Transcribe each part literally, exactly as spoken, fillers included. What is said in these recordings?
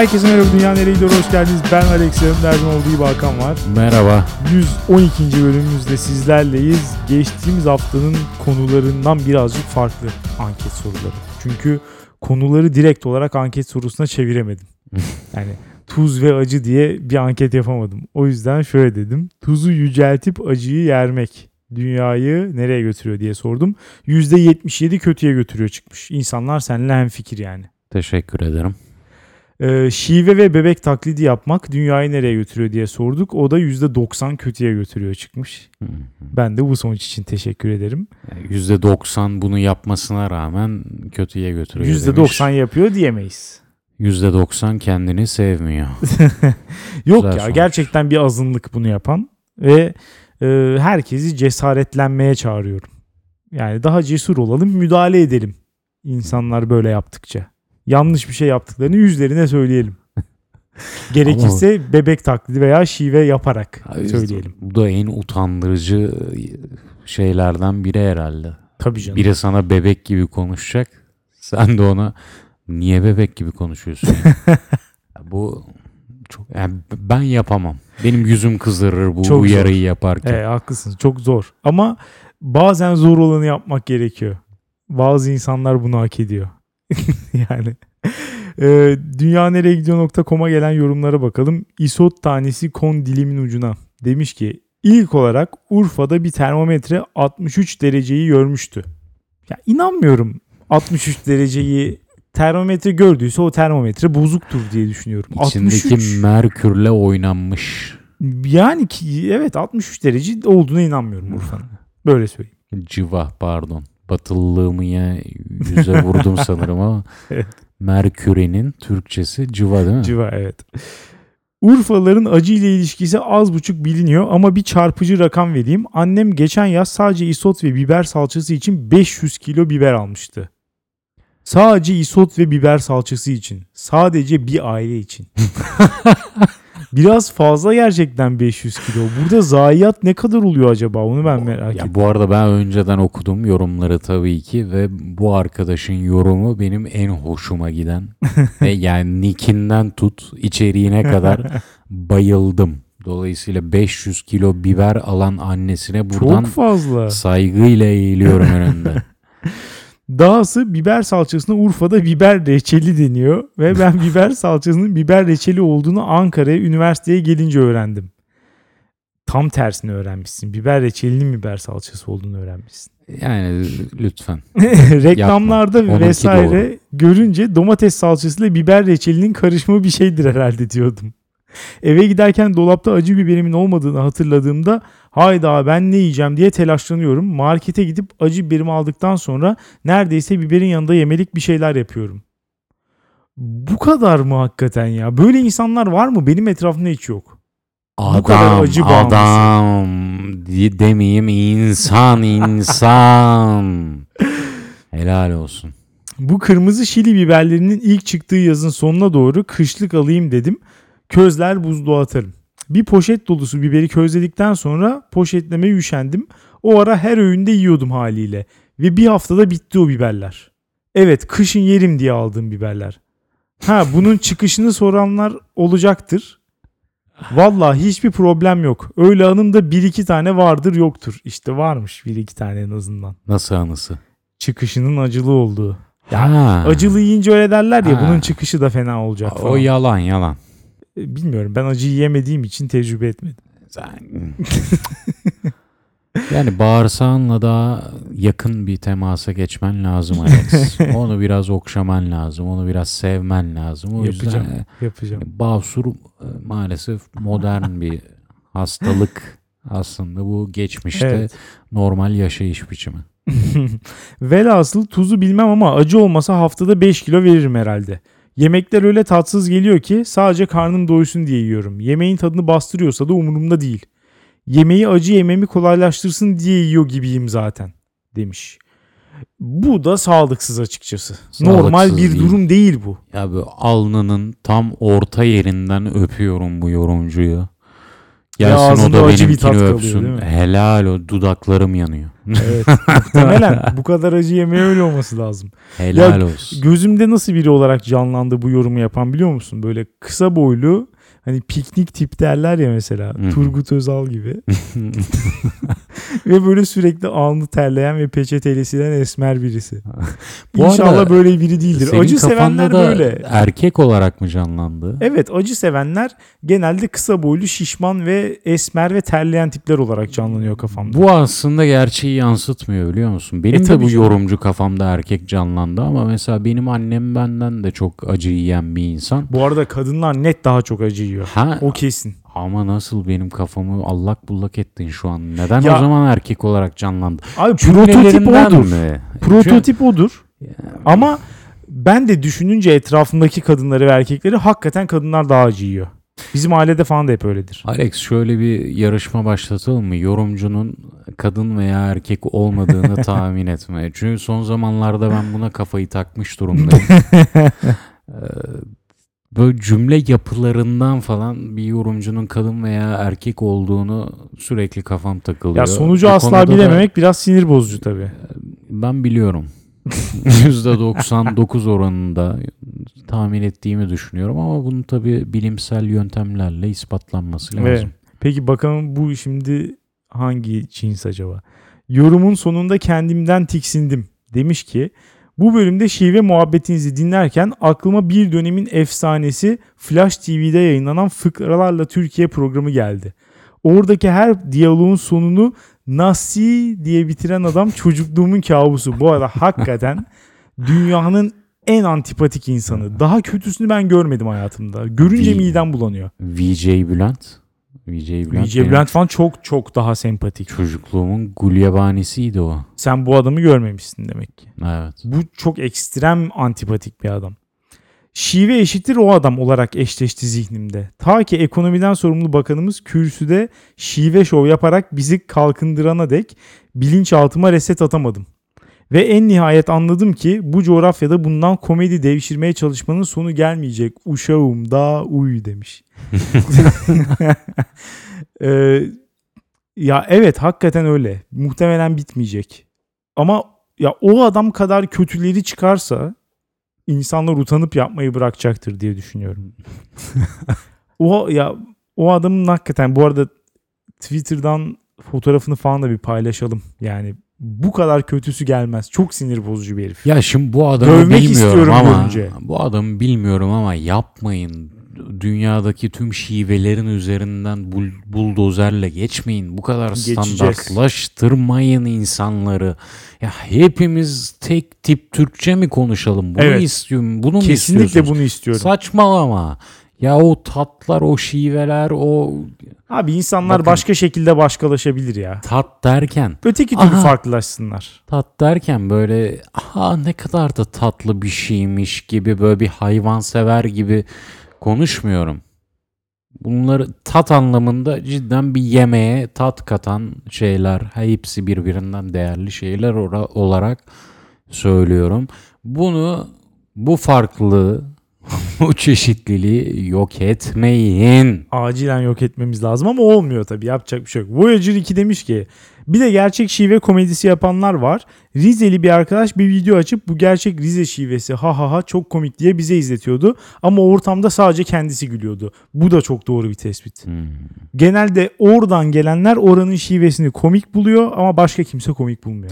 Herkese merhaba, Dünya Nereye Gidiyor, hoş geldiniz. Ben Alex, yanımda her zaman olduğu gibi Hakan var. Merhaba. yüz on ikinci bölümümüzde sizlerleyiz. Geçtiğimiz haftanın konularından birazcık farklı anket soruları. Çünkü konuları direkt olarak anket sorusuna çeviremedim. Yani tuz ve acı diye bir anket yapamadım. O yüzden şöyle dedim. Tuzu yüceltip acıyı yermek dünyayı nereye götürüyor diye sordum. yüzde yetmiş yedi kötüye götürüyor çıkmış. İnsanlar seninle hemfikir yani. Teşekkür ederim. Ee, şive ve bebek taklidi yapmak dünyayı nereye götürüyor diye sorduk. O da yüzde doksan kötüye götürüyor çıkmış. Hı hı. Ben de bu sonuç için teşekkür ederim. Yani yüzde doksan bunu yapmasına rağmen kötüye götürüyor yüzde doksan demiş. Yapıyor diyemeyiz. yüzde doksan kendini sevmiyor. Yok Güzel ya sonuç. Gerçekten bir azınlık bunu yapan ve e, herkesi cesaretlenmeye çağırıyorum. Yani daha cesur olalım, müdahale edelim insanlar böyle yaptıkça. Yanlış bir şey yaptıklarını yüzlerine söyleyelim. Gerekirse Ama... bebek taklidi veya şive yaparak Abi söyleyelim. Bu da en utandırıcı şeylerden biri herhalde. Tabii canım. Biri sana bebek gibi konuşacak. Sen de ona niye bebek gibi konuşuyorsun? Bu çok yani ben yapamam. Benim yüzüm kızarır bu çok uyarıyı zor. Yaparken. Evet, haklısın. Çok zor. Ama bazen zor olanı yapmak gerekiyor. Bazı insanlar bunu hak ediyor. yani e, dünya nereye gidiyor nokta com'a gelen yorumlara bakalım. İsot tanesi kon dilimin ucuna. Demiş ki ilk olarak Urfa'da bir termometre altmış üç dereceyi görmüştü. Ya inanmıyorum altmış üç dereceyi termometre gördüyse o termometre bozuktur diye düşünüyorum. İçindeki altmış üç merkürle oynanmış. Yani ki evet altmış üç derece olduğuna inanmıyorum Urfa'nın. Böyle söyleyeyim. Civa pardon. Batılılığımı ya yüze vurdum sanırım ama evet. Merkür'ün Türkçesi civa değil mi? Civa evet. Urfalıların acı ile ilişkisi az buçuk biliniyor ama bir çarpıcı rakam vereyim. Annem geçen yaz sadece isot ve biber salçası için beş yüz kilo biber almıştı. Sadece isot ve biber salçası için. Sadece bir aile için. Biraz fazla gerçekten beş yüz kilo. Burada zayiat ne kadar oluyor acaba? Onu ben merak ediyorum. Bu arada ben önceden okudum yorumları tabii ki ve bu arkadaşın yorumu benim en hoşuma giden. ve yani nickinden tut içeriğine kadar bayıldım. Dolayısıyla beş yüz kilo biber alan annesine buradan çok fazla saygıyla eğiliyorum önünde. Dahası biber salçasına Urfa'da biber reçeli deniyor ve ben biber salçasının biber reçeli olduğunu Ankara'ya üniversiteye gelince öğrendim. Tam tersini öğrenmişsin. Biber reçelinin biber salçası olduğunu öğrenmişsin. Yani lütfen. Reklamlarda vesaire görünce domates salçasıyla biber reçelinin karışımı bir şeydir herhalde diyordum. Eve giderken dolapta acı biberimin olmadığını hatırladığımda hayda ben ne yiyeceğim diye telaşlanıyorum. Markete gidip acı biberimi aldıktan sonra neredeyse biberin yanında yemelik bir şeyler yapıyorum. Bu kadar mı hakikaten ya? Böyle insanlar var mı? Benim etrafımda hiç yok. Adam, Bu kadar acı adam demeyeyim insan insan. Helal olsun. Bu kırmızı şili biberlerinin ilk çıktığı yazın sonuna doğru kışlık alayım dedim. Közler buzluğa atarım. Bir poşet dolusu biberi közledikten sonra poşetlemeye üşendim. O ara her öğünde yiyordum haliyle. Ve bir haftada bitti o biberler. Evet, kışın yerim diye aldığım biberler. Ha, bunun çıkışını soranlar olacaktır. Vallahi hiçbir problem yok. Öyle anımda bir iki tane vardır yoktur. İşte varmış bir iki tane en azından. Nasıl anısı? Çıkışının acılı olduğu. Ya, acılı yiyince öyle derler ya ha. Bunun çıkışı da fena olacak falan. O yalan yalan. Bilmiyorum, ben acı yiyemediğim için tecrübe etmedim. Yani bağırsağınla daha yakın bir temasa geçmen lazım Alex. Onu biraz okşaman lazım. Onu biraz sevmen lazım. O yapacağım, yüzden yapacağım. Basur maalesef modern bir hastalık aslında. Bu geçmişte evet. Normal yaşayış biçimi. Velhasıl tuzu bilmem ama acı olmasa haftada beş kilo veririm herhalde. Yemekler öyle tatsız geliyor ki sadece karnım doysun diye yiyorum. Yemeğin tadını bastırıyorsa da umurumda değil. Yemeği acı yememi kolaylaştırsın diye yiyor gibiyim zaten demiş. Bu da sağlıksız açıkçası. Sağlıksız Normal bir değil. Durum değil bu. Ya bu alnının tam orta yerinden öpüyorum bu yorumcuyu. Gelsin o ağzında da acı bir tat benimkini kalıyor, değil öpsün. mi? Helal o, dudaklarım yanıyor. Evet. Muhtemelen bu kadar acı yemeye öyle olması lazım. Helal Ya, olsun. gözümde nasıl biri olarak canlandı bu yorumu yapan biliyor musun? Böyle kısa boylu, hani piknik tip derler ya mesela. Hı hı. Turgut Özal gibi. Ve böyle sürekli alnı terleyen ve peçeteyle silen esmer birisi. Bu İnşallah arada böyle biri değildir. Senin Acı kafanda sevenler da böyle. erkek olarak mı canlandı? Evet, acı sevenler genelde kısa boylu, şişman ve esmer ve terleyen tipler olarak canlanıyor kafamda. Bu aslında gerçeği yansıtmıyor biliyor musun? Benim E, de tabii bu canım. yorumcu kafamda erkek canlandı ama mesela benim annem benden de çok acı yiyen bir insan. Bu arada kadınlar net daha çok acı yiyor. Ha, O kesin. ama nasıl benim kafamı allak bullak ettin şu an. Neden Ya- o zaman erkek olarak canlandı? Abi prototip Cümlelerinden odur. mi? Prototip odur. Ama ben de düşününce etrafımdaki kadınları ve erkekleri hakikaten kadınlar daha acı yiyor. Bizim ailede falan da hep öyledir. Alex, şöyle bir yarışma başlatalım mı? Yorumcunun kadın veya erkek olmadığını tahmin etmeye. Çünkü son zamanlarda ben buna kafayı takmış durumdayım. Ee, Böyle cümle yapılarından falan bir yorumcunun kadın veya erkek olduğunu sürekli kafam takılıyor. Ya sonucu Bu asla konuda da bilememek biraz sinir bozucu tabii. ben biliyorum. yüzde doksan dokuz oranında tahmin ettiğimi düşünüyorum ama bunun tabii bilimsel yöntemlerle ispatlanması lazım. Evet. Peki bakalım bu şimdi hangi cins acaba? Yorumun sonunda kendimden tiksindim. Demiş ki bu bölümde şive muhabbetinizi dinlerken aklıma bir dönemin efsanesi Flash T V'de yayınlanan Fıkralarla Türkiye programı geldi. Oradaki her diyaloğun sonunu Nasi diye bitiren adam çocukluğumun kabusu. Bu arada hakikaten dünyanın en antipatik insanı. Daha kötüsünü ben görmedim hayatımda. Görünce Vi- midem bulanıyor. V J Bülent. V J Bülent, V J benim Bülent falan çok çok daha sempatik. çocukluğumun gulyabanisiydi o. Sen bu adamı görmemişsin demek ki. Evet. Bu çok ekstrem antipatik bir adam. Şive eşittir o adam olarak eşleşti zihnimde. Ta ki ekonomiden sorumlu bakanımız kürsüde şive şov yaparak bizi kalkındırana dek bilinçaltıma reset atamadım. Ve en nihayet anladım ki bu coğrafyada bundan komedi devşirmeye çalışmanın sonu gelmeyecek. Uşağım daha uyu demiş. Ee, ya evet hakikaten öyle. Muhtemelen bitmeyecek. Ama ya o adam kadar kötüleri çıkarsa insanlar utanıp yapmayı bırakacaktır diye düşünüyorum. o ya o adamın hakikaten bu arada Twitter'dan fotoğrafını falan da bir paylaşalım. Yani bu kadar kötüsü gelmez. Çok sinir bozucu bir herif. Ya şimdi bu adamı Dövmek bilmiyorum istiyorum ama görünce. bu adamı bilmiyorum ama yapmayın. Dünyadaki tüm şivelerin üzerinden bul, buldozerle geçmeyin. Bu kadar Geçeceğiz. standartlaştırmayın insanları. Ya hepimiz tek tip Türkçe mi konuşalım? Bunu Evet. istiyorum. Bunu mu Kesinlikle istiyorsunuz? bunu istiyorum. Saçmalama. Ya o tatlar, o şiveler, o Abi insanlar Bakın. başka şekilde başkalaşabilir ya. tat derken Öteki türlü Aha. farklılaşsınlar. tat derken böyle aha ne kadar da tatlı bir şeymiş gibi, böyle bir hayvansever gibi konuşmuyorum. Bunları tat anlamında cidden bir yemeğe tat katan şeyler, hepsi birbirinden değerli şeyler ora- olarak söylüyorum. Bunu, bu farklılığı, bu çeşitliliği yok etmeyin. Acilen yok etmemiz lazım ama olmuyor tabii. Yapacak bir şey yok. Voyager iki demiş ki bir de gerçek şive komedisi yapanlar var. Rizeli bir arkadaş bir video açıp bu gerçek Rize şivesi ha ha ha çok komik diye bize izletiyordu. Ama ortamda sadece kendisi gülüyordu. Bu da çok doğru bir tespit. Hmm. Genelde oradan gelenler oranın şivesini komik buluyor ama başka kimse komik bulmuyor.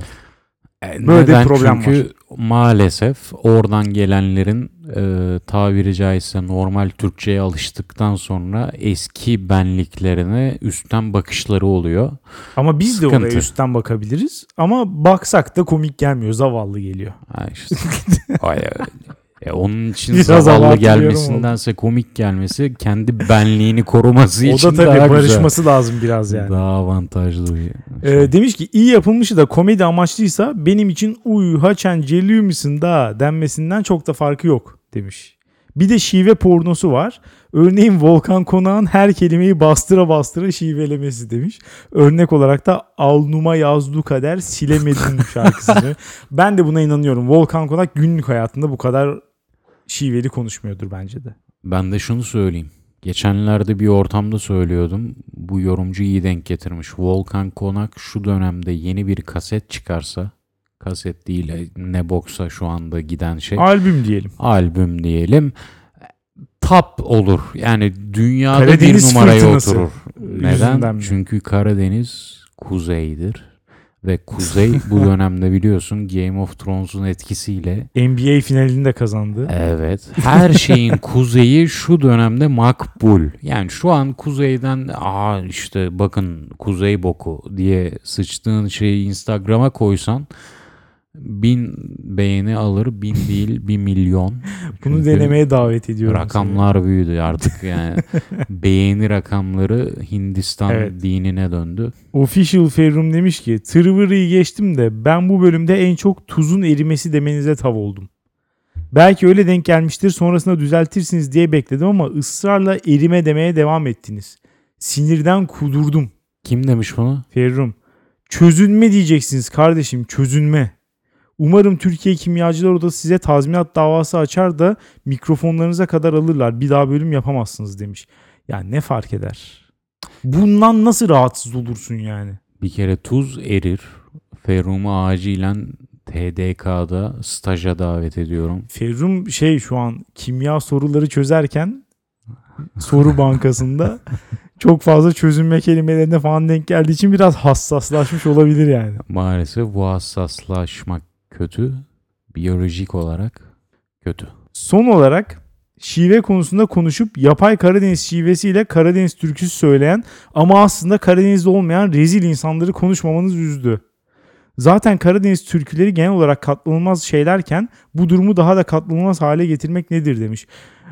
E, Böyle Neden? bir problem Çünkü maalesef oradan gelenlerin e, tabiri caizse normal Türkçe'ye alıştıktan sonra eski benliklerine üstten bakışları oluyor. Ama biz de Sıkıntı. oraya üstten bakabiliriz. Ama baksak da komik gelmiyor. Zavallı geliyor. Ha işte. Ay, e, onun için Biraz zavallı abartıyorum gelmesindense komik gelmesi, kendi benliğini koruması O için da tabii daha barışması güzel. lazım biraz yani. Daha avantajlı bir Ee, şey. demiş ki iyi yapılmışı da komedi amaçlıysa benim için uy haçen celiyor musun da denmesinden çok da farkı yok demiş. Bir de şive pornosu var. Örneğin Volkan Konak'ın her kelimeyi bastıra bastıra şivelemesi demiş. Örnek olarak da Alnuma yazdu kader silemedim şarkısını. Ben de buna inanıyorum. Volkan Konak günlük hayatında bu kadar şiveli konuşmuyordur bence de. Ben de şunu söyleyeyim. Geçenlerde bir ortamda söylüyordum. Bu yorumcu iyi denk getirmiş. Volkan Konak şu dönemde yeni bir kaset çıkarsa, kaset değil ne boksa şu anda giden şey. Albüm diyelim. Albüm diyelim. Top olur. Yani dünyada Karadeniz bir numaraya fırtınası oturur. yüzünden Neden? mi? Çünkü Karadeniz kuzeydir. Ve kuzey bu dönemde biliyorsun Game of Thrones'un etkisiyle N B A finalini de kazandı. evet. Her şeyin kuzeyi şu dönemde makbul. Yani şu an kuzeyden aa işte bakın kuzey boku diye sıçtığın şeyi Instagram'a koysan bin beğeni alır. Bin değil bir milyon. Bunu Çünkü denemeye davet ediyorum. rakamlar seni. Büyüdü artık yani. Beğeni rakamları Hindistan Evet. dinine döndü. Official Ferrum demiş ki tırvırıyı geçtim de ben bu bölümde en çok tuzun erimesi demenize tav oldum. Belki öyle denk gelmiştir sonrasında düzeltirsiniz diye bekledim ama ısrarla erime demeye devam ettiniz. Sinirden kudurdum. Kim demiş bunu? Ferrum. Çözünme diyeceksiniz kardeşim, çözünme. Umarım Türkiye Kimyacılar Odası size tazminat davası açar da mikrofonlarınıza kadar alırlar. Bir daha bölüm yapamazsınız demiş. Yani ne fark eder? Bundan nasıl rahatsız olursun yani? Bir kere tuz erir. Ferrum'u acilen T D K'da staja davet ediyorum. Ferrum şey şu an kimya soruları çözerken soru bankasında çok fazla çözünme kelimelerine falan denk geldiği için biraz hassaslaşmış olabilir yani. Maalesef bu hassaslaşmak kötü. Biyolojik olarak kötü. Son olarak şive konusunda konuşup yapay Karadeniz şivesiyle Karadeniz türküsü söyleyen ama aslında Karadeniz'de olmayan rezil insanları konuşmamanız üzdü. Zaten Karadeniz türküleri genel olarak katlanılmaz şeylerken bu durumu daha da katlanılmaz hale getirmek nedir demiş.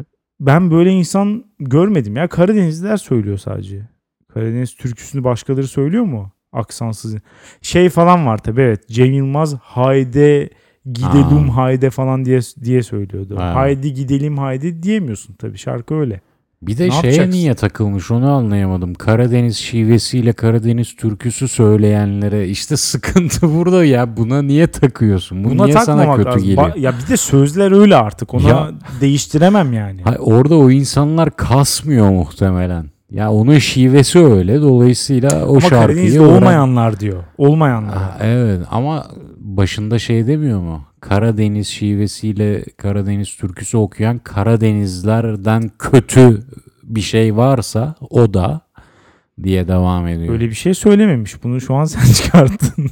Ben böyle insan görmedim ya. Karadenizliler söylüyor sadece. Karadeniz türküsünü başkaları söylüyor mu? Aksansız. Şey falan var tabii evet. Cem Yılmaz hayde gidelim Aa. hayde falan diye diye söylüyordu. Ha. Haydi gidelim haydi diyemiyorsun tabii. Şarkı öyle. Bir de Ne şeye yapacaksın? niye takılmış onu anlayamadım. Karadeniz şivesiyle Karadeniz türküsü söyleyenlere işte sıkıntı burada ya. Buna niye takıyorsun? Bu Buna niye sana takmamak kötü lazım. geliyor? Ba- ya bir de sözler öyle artık. Ona Ya- değiştiremem yani. Hayır, orada o insanlar kasmıyor muhtemelen. Ya onun şivesi öyle. Dolayısıyla o Ama şarkıyı Karadeniz'de öğren- olmayanlar diyor. Olmayanlar. Ha, evet ama başında şey demiyor mu? Karadeniz şivesiyle Karadeniz türküsü okuyan Karadenizlerden kötü bir şey varsa o da diye devam ediyor. Öyle bir şey söylememiş. Bunu şu an sen çıkarttın.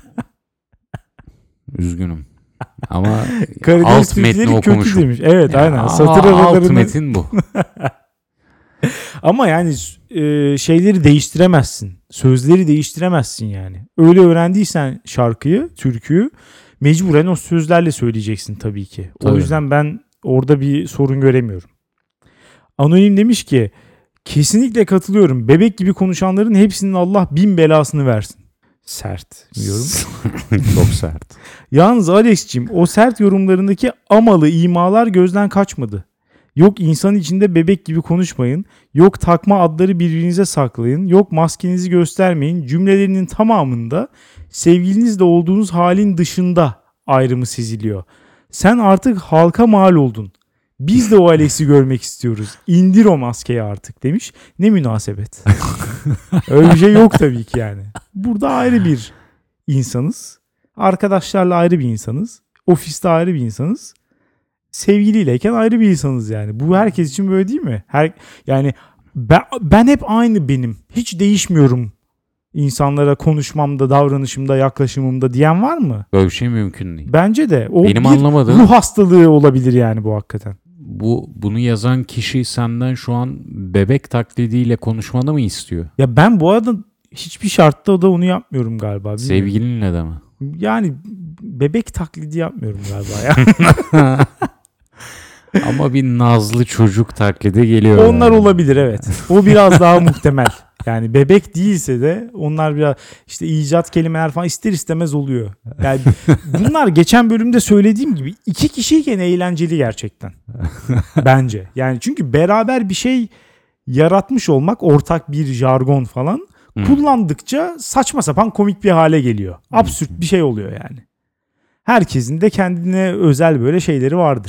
Üzgünüm. Ama Karadeniz alt metni türküleri kötü okumuşum. demiş. Evet Ya, aynen. Satır alt aralarını. metin bu. Ama yani e, şeyleri değiştiremezsin. Sözleri değiştiremezsin yani. Öyle öğrendiysen şarkıyı, türküyü mecburen o sözlerle söyleyeceksin tabii ki. O Tabii. yüzden ben orada bir sorun göremiyorum. Anonim demiş ki kesinlikle katılıyorum. Bebek gibi konuşanların hepsinin Allah bin belasını versin. Sert diyorum. Çok sert. Yalnız Alex'cim o sert yorumlarındaki amalı imalar gözden kaçmadı. Yok insan içinde bebek gibi konuşmayın. Yok takma adları birbirinize saklayın. Yok maskenizi göstermeyin. Cümlelerinin tamamında sevgilinizle olduğunuz halin dışında ayrımı seziliyor. Sen artık halka mal oldun. Biz de o Alex'i görmek istiyoruz. İndir o maskeyi artık demiş. Ne münasebet. Öyle bir şey yok tabii ki yani. Burada ayrı bir insanız. Arkadaşlarla ayrı bir insanız. Ofiste ayrı bir insanız. Sevgiliyleyken ayrı bir insanız yani. Bu herkes için böyle değil mi? Her yani ben, ben hep aynı benim. Hiç değişmiyorum. İnsanlara konuşmamda, davranışımda, yaklaşımımda diyen var mı? Böyle bir şey mümkün değil. Bence de. O Benim bir anlamadığım- ruh hastalığı olabilir yani bu hakikaten. Bu bunu yazan kişi senden şu an bebek taklidiyle konuşmanı mı istiyor? Ya ben bu arada hiçbir şartta da onu yapmıyorum galiba. Bilmiyorum. Sevgilinle de mi? Yani bebek taklidi yapmıyorum galiba ya. Ama bir nazlı çocuk taklidi geliyor. Onlar yani. olabilir evet. O biraz daha muhtemel. Yani bebek değilse de onlar biraz işte icat kelimeler falan ister istemez oluyor. Yani bunlar geçen bölümde söylediğim gibi iki kişiyken eğlenceli gerçekten. Bence. Yani çünkü beraber bir şey yaratmış olmak, ortak bir jargon falan Hı. kullandıkça saçma sapan komik bir hale geliyor. Absürt bir şey oluyor yani. Herkesin de kendine özel böyle şeyleri vardır.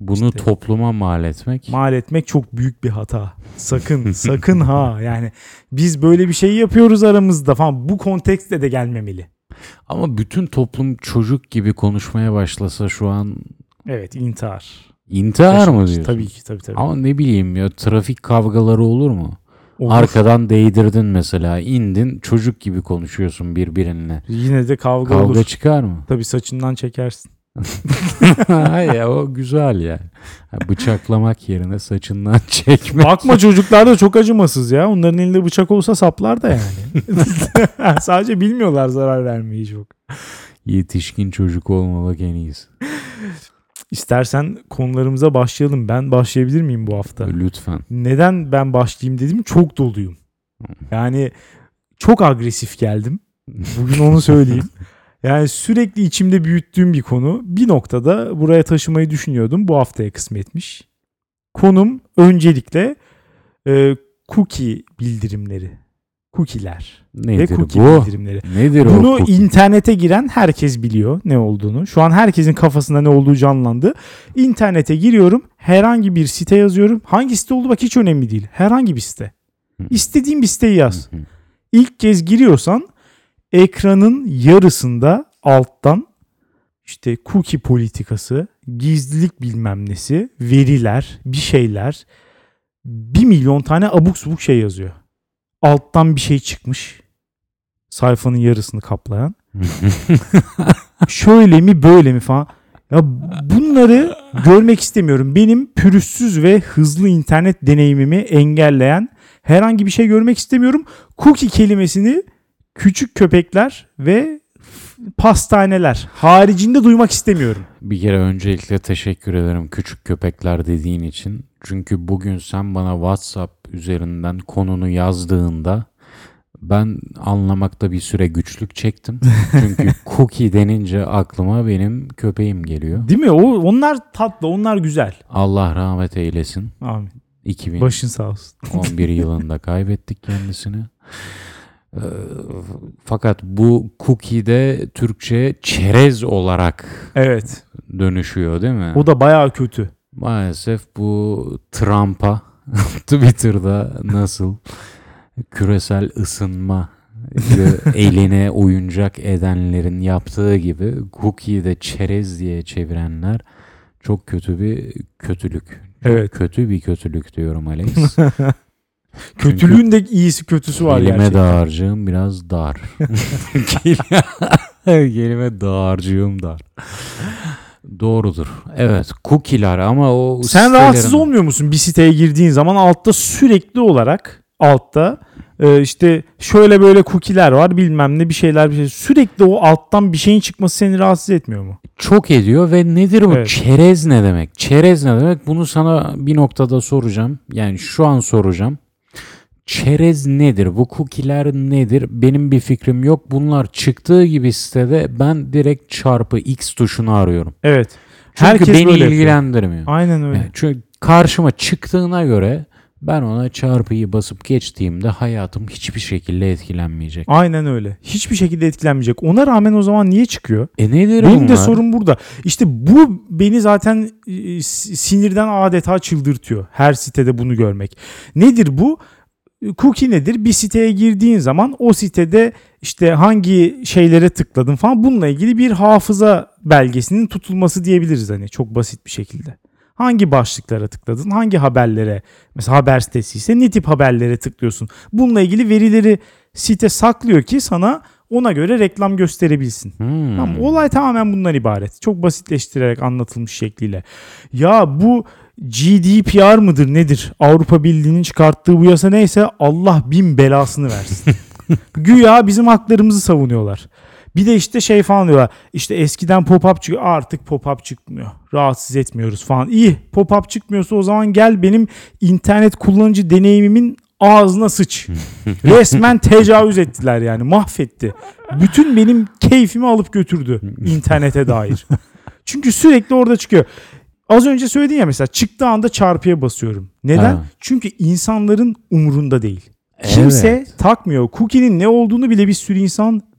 Bunu İşte. topluma mal etmek. Mal etmek çok büyük bir hata. Sakın, sakın ha. Yani biz böyle bir şey yapıyoruz aramızda falan. Bu kontekste de gelmemeli. Ama bütün toplum çocuk gibi konuşmaya başlasa şu an Evet, intihar. intihar mı Yaşanmış. diyorsun? Tabii ki, tabii tabii. Ama ne bileyim ya, trafik kavgaları olur mu? Olur. Arkadan değdirdin mesela, indin, çocuk gibi konuşuyorsun birbirinle. Yine de kavga, Kavga olur. çıkar mı? Tabii saçından çekersin. Hayır ya, o güzel yani. Ha, bıçaklamak yerine saçından çekmek. Bakma, çocuklar da çok acımasız ya. Onların elinde bıçak olsa saplar da yani. Sadece bilmiyorlar zarar vermeyi çok. Yetişkin çocuk olmamak en iyisi. İstersen konularımıza başlayalım. Ben başlayabilir miyim bu hafta? Lütfen. Neden ben başlayayım dedim? Çok doluyum. Yani çok agresif geldim. Bugün onu söyleyeyim. Yani sürekli içimde büyüttüğüm bir konu. Bir noktada buraya taşımayı düşünüyordum. Bu haftaya kısmetmiş. Konum öncelikle e, cookie bildirimleri. Cookie'ler. Ve Nedir cookie bu? bildirimleri. Nedir Bunu o cookie? internete giren herkes biliyor ne olduğunu. Şu an herkesin kafasında ne olduğu canlandı. İnternete giriyorum. Herhangi bir site yazıyorum. Hangi site olduğu bak hiç önemli değil. Herhangi bir site. İstediğin bir siteyi yaz. İlk kez giriyorsan ekranın yarısında alttan işte cookie politikası, gizlilik bilmem nesi, veriler, bir şeyler, bir milyon tane abuk subuk şey yazıyor. Alttan bir şey çıkmış. Sayfanın yarısını kaplayan. Şöyle mi böyle mi falan. Ya bunları görmek istemiyorum. Benim pürüzsüz ve hızlı internet deneyimimi engelleyen herhangi bir şey görmek istemiyorum. Cookie kelimesini küçük köpekler ve pastaneler haricinde duymak istemiyorum. Bir kere öncelikle teşekkür ederim küçük köpekler dediğin için. Çünkü bugün sen bana WhatsApp üzerinden konunu yazdığında ben anlamakta bir süre güçlük çektim. Çünkü cookie denince aklıma benim köpeğim geliyor. Değil mi? O onlar tatlı, onlar güzel. Allah rahmet eylesin. Amin. iki bin on bir Başın sağ olsun. yılında kaybettik kendisini. Ee, fakat bu cookie de Türkçe çerez olarak Evet. dönüşüyor değil mi? O da bayağı kötü. Maalesef bu Trump'a Twitter'da nasıl küresel ısınma eline oyuncak edenlerin yaptığı gibi cookie'yi de çerez diye çevirenler çok kötü bir kötülük. Çok Evet. kötü bir kötülük diyorum Alex. Kötülüğün de iyisi kötüsü var Kelime gerçekten. dağarcığım biraz dar. Kelime dağarcığım dar. Doğrudur. Evet, cookie'ler ama o Sen sitelerin- rahatsız olmuyor musun bir siteye girdiğin zaman altta sürekli olarak altta e, işte şöyle böyle cookie'ler var bilmem ne bir şeyler bir şey. Sürekli o alttan bir şeyin çıkması seni rahatsız etmiyor mu? Çok ediyor ve nedir bu? Evet. Çerez ne demek? Çerez ne demek? Bunu sana bir noktada soracağım. Yani şu an soracağım. Çerez nedir? Bu cookie'ler nedir? Benim bir fikrim yok. Bunlar çıktığı gibi sitede ben direkt çarpı X tuşunu arıyorum. Evet. Çünkü Herkes beni böyle yapıyor. ilgilendirmiyor. Aynen öyle. Yani çünkü karşıma çıktığına göre ben ona çarpıyı basıp geçtiğimde hayatım hiçbir şekilde etkilenmeyecek. Aynen öyle. Hiçbir şekilde etkilenmeyecek. Ona rağmen o zaman niye çıkıyor? E nedir Benim bunlar? de sorun burada. İşte bu beni zaten e, sinirden adeta çıldırtıyor. Her sitede bunu görmek. Nedir bu? Cookie nedir? Bir siteye girdiğin zaman o sitede işte hangi şeylere tıkladın falan bununla ilgili bir hafıza belgesinin tutulması diyebiliriz hani çok basit bir şekilde. Hangi başlıklara tıkladın? Hangi haberlere? Mesela haber sitesi ise ne tip haberlere tıklıyorsun? Bununla ilgili verileri site saklıyor ki sana ona göre reklam gösterebilsin. Hmm. Tamam, olay tamamen bundan ibaret. Çok basitleştirerek anlatılmış şekliyle. Ya bu G D P R mıdır nedir? Avrupa Birliği'nin çıkarttığı bu yasa neyse Allah bin belasını versin. Güya bizim haklarımızı savunuyorlar. Bir de işte şey falan diyorlar. İşte eskiden pop-up çıkıyor. Artık pop-up çıkmıyor. Rahatsız etmiyoruz falan. İyi, pop-up çıkmıyorsa o zaman gel benim internet kullanıcı deneyimimin ağzına sıç. Resmen tecavüz ettiler yani. Mahvetti. Bütün benim keyfimi alıp götürdü internete dair. Çünkü sürekli orada çıkıyor. Az önce söyledin ya mesela çıktığı anda çarpıya basıyorum. Neden? Ha. Çünkü insanların umurunda değil. Kimse Evet. takmıyor. Cookie'nin ne olduğunu bile bir sürü insan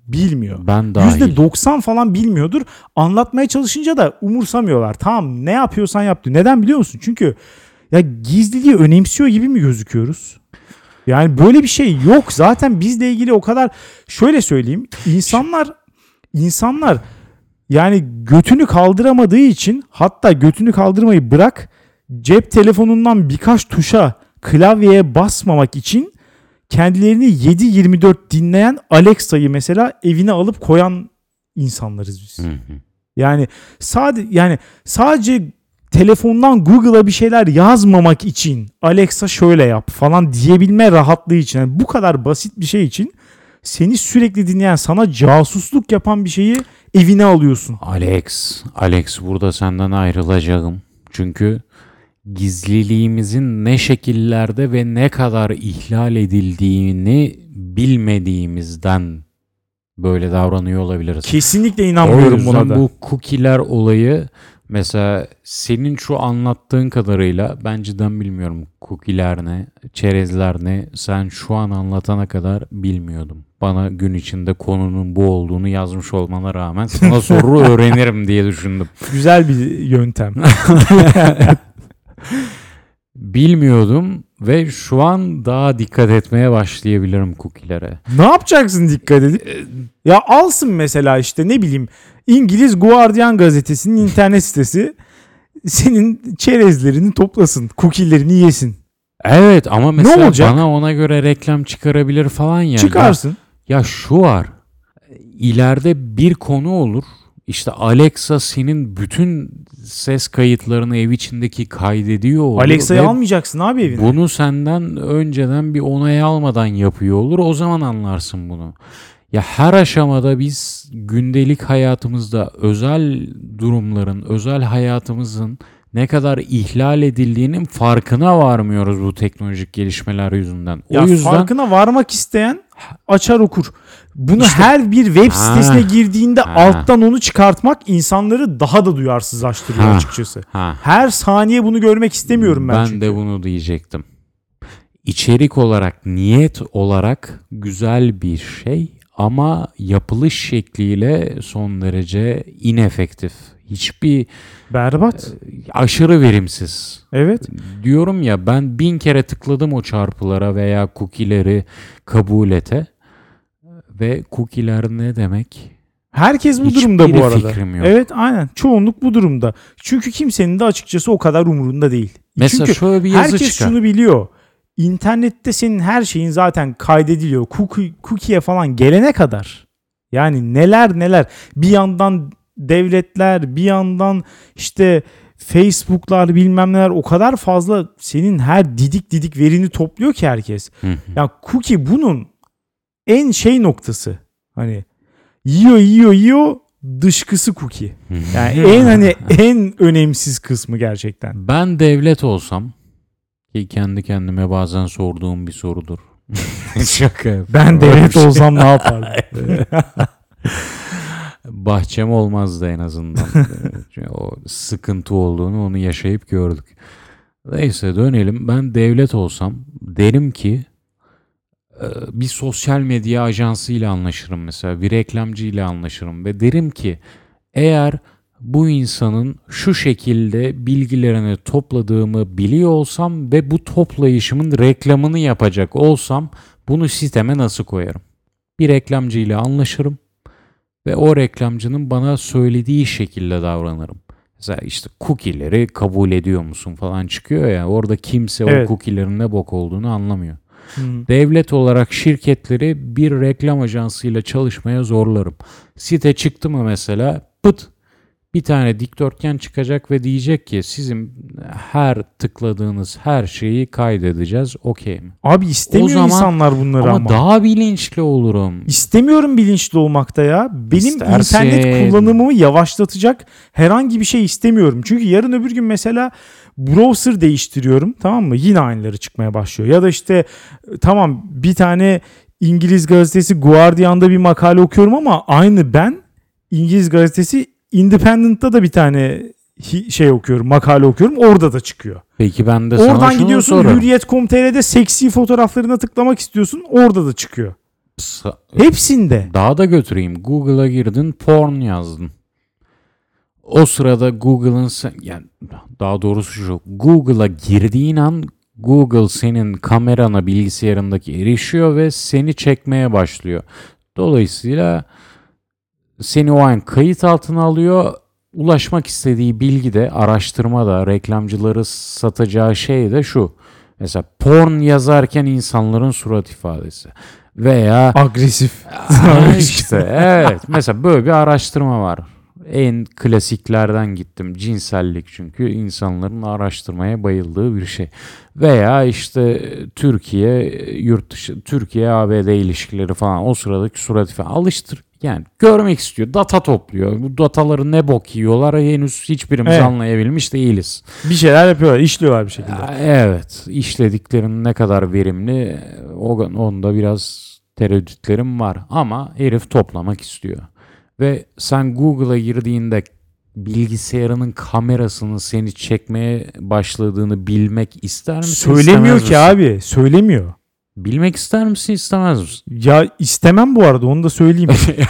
bilmiyor. Ben dahil. yüzde doksan falan bilmiyordur. Anlatmaya çalışınca da umursamıyorlar. Tamam, ne yapıyorsan yap diyor. Neden biliyor musun? Çünkü ya gizliliği önemsiyor gibi mi gözüküyoruz? Yani böyle bir şey yok. Zaten bizle ilgili o kadar, şöyle söyleyeyim. İnsanlar insanlar yani götünü kaldıramadığı için, hatta götünü kaldırmayı bırak, cep telefonundan birkaç tuşa, klavyeye basmamak için kendilerini yedi yirmi dört dinleyen Alexa'yı mesela evine alıp koyan insanlarız biz. Hı hı. Yani sadece yani sadece telefondan Google'a bir şeyler yazmamak için Alexa şöyle yap falan diyebilme rahatlığı için, yani bu kadar basit bir şey için seni sürekli dinleyen, sana casusluk yapan bir şeyi evine alıyorsun. Alex, Alex burada senden ayrılacağım. Çünkü gizliliğimizin ne şekillerde ve ne kadar ihlal edildiğini bilmediğimizden böyle davranıyor olabiliriz. Kesinlikle O inanmıyorum yüzden buna da. bu cookie'ler olayı, mesela senin şu anlattığın kadarıyla ben cidden bilmiyorum cookie'ler ne, çerezler ne. Sen şu an anlatana kadar bilmiyordum. Bana gün içinde konunun bu olduğunu yazmış olmana rağmen sana soru öğrenirim diye düşündüm. Güzel bir yöntem. Bilmiyordum ve şu an daha dikkat etmeye başlayabilirim cookie'lere. Ne yapacaksın dikkat edip? Ya alsın mesela, işte ne bileyim, İngiliz Guardian gazetesinin internet sitesi senin çerezlerini toplasın, cookie'lerini yesin. Evet ama mesela olacak? bana ona göre reklam çıkarabilir falan ya. Çıkarsın. Ya, ya şu var. İleride bir konu olur. İşte Alexa senin bütün ses kayıtlarını ev içindeki kaydediyor olur. Alexa'yı ve almayacaksın abi evine. bunu senden önceden bir onay almadan yapıyor olur. O zaman anlarsın bunu. Ya her aşamada biz gündelik hayatımızda özel durumların, özel hayatımızın ne kadar ihlal edildiğinin farkına varmıyoruz bu teknolojik gelişmeler yüzünden. O Ya yüzden farkına varmak isteyen açar okur. Bunu İşte- her bir web sitesine Ha. girdiğinde Ha. alttan onu çıkartmak insanları daha da duyarsızlaştırıyor Ha. açıkçası. ha, Her saniye bunu görmek istemiyorum ben, ben çünkü. de bunu diyecektim. İçerik olarak, niyet olarak güzel bir şey ama yapılış şekliyle son derece inefektif. Hiçbir Berbat. aşırı verimsiz. Evet. Diyorum ya, ben bin kere tıkladım o çarpılara veya cookie'leri kabul ete ve cookie'ler ne demek? Herkes bu Hiçbir durumda bu arada. fikrim yok. Evet, aynen. Çoğunluk bu durumda. Çünkü kimsenin de açıkçası o kadar umurunda değil. Mesela Çünkü şöyle bir yazı herkes çıkar. şunu biliyor. İnternette senin her şeyin zaten kaydediliyor. Cookie, cookie'ye falan gelene kadar. Yani neler neler. Bir yandan devletler, bir yandan işte Facebook'lar, bilmem neler, o kadar fazla senin her didik didik verini topluyor ki herkes. Hı hı. Ya cookie bunun en şey noktası. Hani yiyor yiyor yiyor, dışkısı cookie. Yani en hani en önemsiz kısmı gerçekten. Ben devlet olsam, ki kendi kendime bazen sorduğum bir sorudur. Şaka yapıyorum. Ben Öyle bir devlet şey. olsam ne yapardım? Bahçem olmazdı en azından. Çünkü o sıkıntı olduğunu, onu yaşayıp gördük. Neyse, dönelim. Ben devlet olsam derim ki e, bir sosyal medya ajansıyla anlaşırım mesela. Bir reklamcıyla anlaşırım ve derim ki eğer bu insanın şu şekilde bilgilerini topladığımı biliyor olsam ve bu toplayışımın reklamını yapacak olsam bunu siteme nasıl koyarım? Bir reklamcıyla anlaşırım ve o reklamcının bana söylediği şekilde davranırım. Mesela işte cookie'leri kabul ediyor musun falan çıkıyor ya, orada kimse Evet. o cookie'lerin ne bok olduğunu anlamıyor. Hmm. Devlet olarak şirketleri bir reklam ajansıyla çalışmaya zorlarım. Site çıktı mı mesela, pıt bir tane dikdörtgen çıkacak ve diyecek ki sizin her tıkladığınız her şeyi kaydedeceğiz, okey mi? Abi istemiyor O zaman- insanlar bunları Ama, ama. daha bilinçli olurum. İstemiyorum bilinçli olmakta ya. Benim İstersin. internet kullanımımı yavaşlatacak herhangi bir şey istemiyorum. Çünkü yarın öbür gün mesela browser değiştiriyorum, tamam mı? Yine aynıları çıkmaya başlıyor. Ya da işte tamam, bir tane İngiliz gazetesi Guardian'da bir makale okuyorum ama aynı ben İngiliz gazetesi Independent'ta da bir tane hi- şey okuyorum, makale okuyorum. Orada da çıkıyor. Peki ben de sana Oradan şunu gidiyorsun sorarım. hürriyet nokta com nokta tr'de seksi fotoğraflarına tıklamak istiyorsun. Orada da çıkıyor. Sa- Hepsinde. Daha da götüreyim. Google'a girdin, porn yazdın. O sırada Google'ın sen, yani daha doğrusu şu. Google'a girdiğin an Google senin kamerana, bilgisayarındaki erişiyor ve seni çekmeye başlıyor. Dolayısıyla seni o an kayıt altına alıyor. Ulaşmak istediği bilgi de, araştırma da, reklamcıları satacağı şey de şu. Mesela porn yazarken insanların surat ifadesi. Veya Agresif. Aa, işte evet. Mesela böyle bir araştırma var. En klasiklerden gittim. Cinsellik, çünkü insanların araştırmaya bayıldığı bir şey. Veya işte Türkiye, yurt dışı, Türkiye A B D ilişkileri falan, o sıradaki surat ifade. Alıştır. Yani görmek istiyor. Data topluyor. Bu dataları ne bok yiyorlar henüz hiçbirimiz Evet. anlayabilmiş değiliz. Bir şeyler yapıyorlar. İşliyorlar bir şekilde. Ya, evet. İşlediklerinin ne kadar verimli, o, onda biraz tereddütlerim var. Ama herif toplamak istiyor. Ve sen Google'a girdiğinde bilgisayarının kamerasının seni çekmeye başladığını bilmek ister misin? Söylemiyor istemez ki misin? abi. Söylemiyor. Bilmek ister misin, istemez misin? Ya istemem bu arada, onu da söyleyeyim.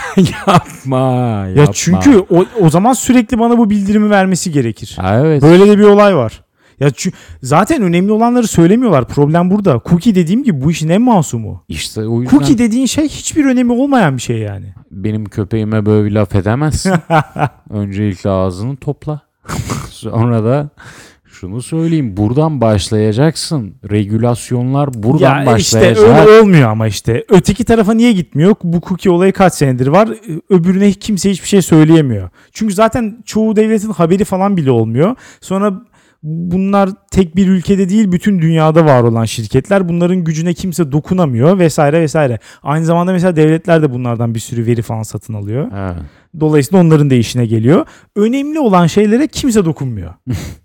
yapma, yapma. Ya çünkü o, o zaman sürekli bana bu bildirimi vermesi gerekir. Ha, evet. Böyle de bir olay var. Ya çünkü zaten önemli olanları söylemiyorlar. Problem burada. Cookie dediğim gibi bu işin en masumu. İşte o yüzden Cookie dediğin şey hiçbir önemi olmayan bir şey yani. benim köpeğime böyle bir laf edemezsin. Öncelikle ağzını topla. Sonra da şunu söyleyeyim. Buradan başlayacaksın. Regülasyonlar buradan Ya başlayacak. işte öyle olmuyor ama işte. Öteki tarafa niye gitmiyor? Bu cookie olayı kaç senedir var. Öbürüne kimse hiçbir şey söyleyemiyor. Çünkü zaten çoğu devletin haberi falan bile olmuyor. Sonra bunlar tek bir ülkede değil, bütün dünyada var olan şirketler. Bunların gücüne kimse dokunamıyor vesaire vesaire. Aynı zamanda mesela devletler de bunlardan bir sürü veri falan satın alıyor. Evet. Dolayısıyla onların da işine geliyor. Önemli olan şeylere kimse dokunmuyor.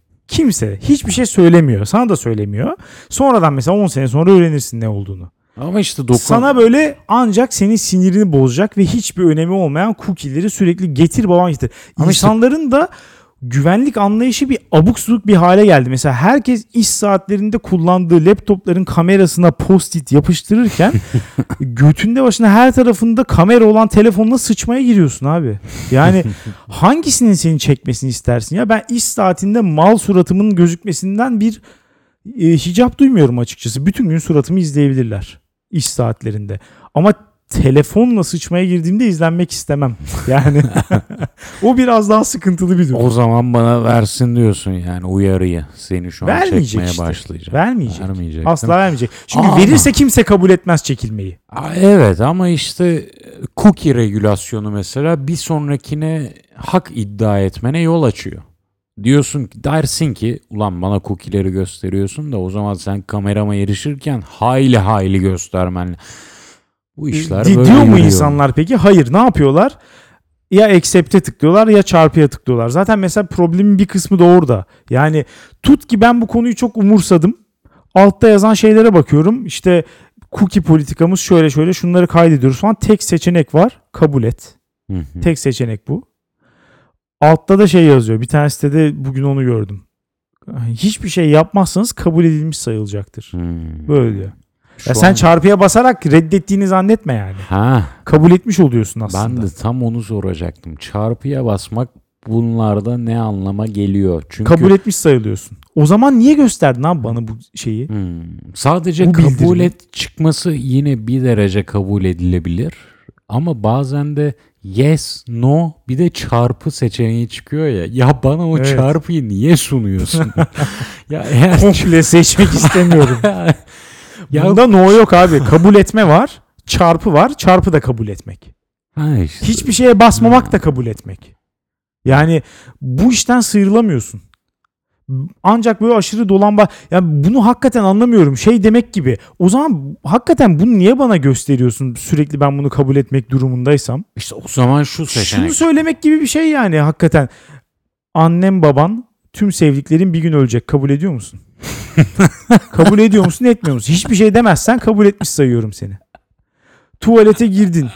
Kimse hiçbir şey söylemiyor. Sana da söylemiyor. Sonradan mesela on sene sonra öğrenirsin ne olduğunu. Ama işte dokun. Sana böyle ancak senin sinirini bozacak ve hiçbir önemi olmayan cookie'leri sürekli getir babam getir. Ama işte- İnsanların da güvenlik anlayışı bir abuk subuk bir hale geldi. Mesela herkes iş saatlerinde kullandığı laptopların kamerasına post-it yapıştırırken götünde başına her tarafında kamera olan telefonla sıçmaya giriyorsun abi. Yani hangisinin seni çekmesini istersin? Ya ben iş saatinde mal suratımın gözükmesinden bir e, hicap duymuyorum açıkçası. Bütün gün suratımı izleyebilirler iş saatlerinde. Ama telefonla sıçmaya girdiğimde izlenmek istemem. Yani o biraz daha sıkıntılı bir durum. O zaman bana versin diyorsun yani uyarıyı. Seni şu an Vermeyecek çekmeye işte. başlayacak. Vermeyecek. Vermeyecek. Asla vermeyecek. Çünkü Ama- verirse kimse kabul etmez çekilmeyi. Aa, evet ama işte cookie regülasyonu mesela bir sonrakine hak iddia etmene yol açıyor. Diyorsun ki, dersin ki ulan bana cookie'leri gösteriyorsun da o zaman sen kamerama erişirken hayli hayli göstermen. Bu işler Di- böyle diyor mu yürüyor. insanlar peki? Hayır. Ne yapıyorlar? Ya accept'e tıklıyorlar ya çarpıya tıklıyorlar. Zaten mesela problemin bir kısmı da orada. Yani tut ki ben bu konuyu çok umursadım. Altta yazan şeylere bakıyorum. İşte cookie politikamız şöyle şöyle, şunları kaydediyoruz falan. Tek seçenek var. Kabul et. Hı hı. Tek seçenek bu. Altta da şey yazıyor. Bir tane sitede bugün onu gördüm. Hiçbir şey yapmazsanız kabul edilmiş sayılacaktır. Hmm. Böyle diyor. Şu Ya sen an- çarpıya basarak reddettiğini zannetme yani. Ha, Kabul etmiş oluyorsun aslında. ben de tam onu soracaktım. Çarpıya basmak bunlarda ne anlama geliyor? Çünkü Kabul etmiş sayılıyorsun. O zaman niye gösterdin abi bana bu şeyi? Hmm, sadece Bu kabul bildirimi. et çıkması yine bir derece kabul edilebilir. Ama bazen de yes, no bir de çarpı seçeneği çıkıyor ya. Ya bana o Evet. çarpıyı niye sunuyorsun? ya eğer Komple seçmek istemiyorum. ya Bunda no yok abi. Kabul etme var. Çarpı var. Çarpı da kabul etmek. ha işte. Hiçbir şeye basmamak da kabul etmek. Yani bu işten sıyrılamıyorsun. Ancak böyle aşırı dolan... Yani bunu hakikaten anlamıyorum. Şey demek gibi. O zaman hakikaten bunu niye bana gösteriyorsun? Sürekli ben bunu kabul etmek durumundaysam. İşte o zaman şu seçenek. Şunu söylemek gibi bir şey yani hakikaten. Annem baban tüm sevdiklerin bir gün ölecek. Kabul ediyor musun? Kabul ediyor musun, etmiyor musun? Hiçbir şey demezsen kabul etmiş sayıyorum seni. Tuvalete girdin.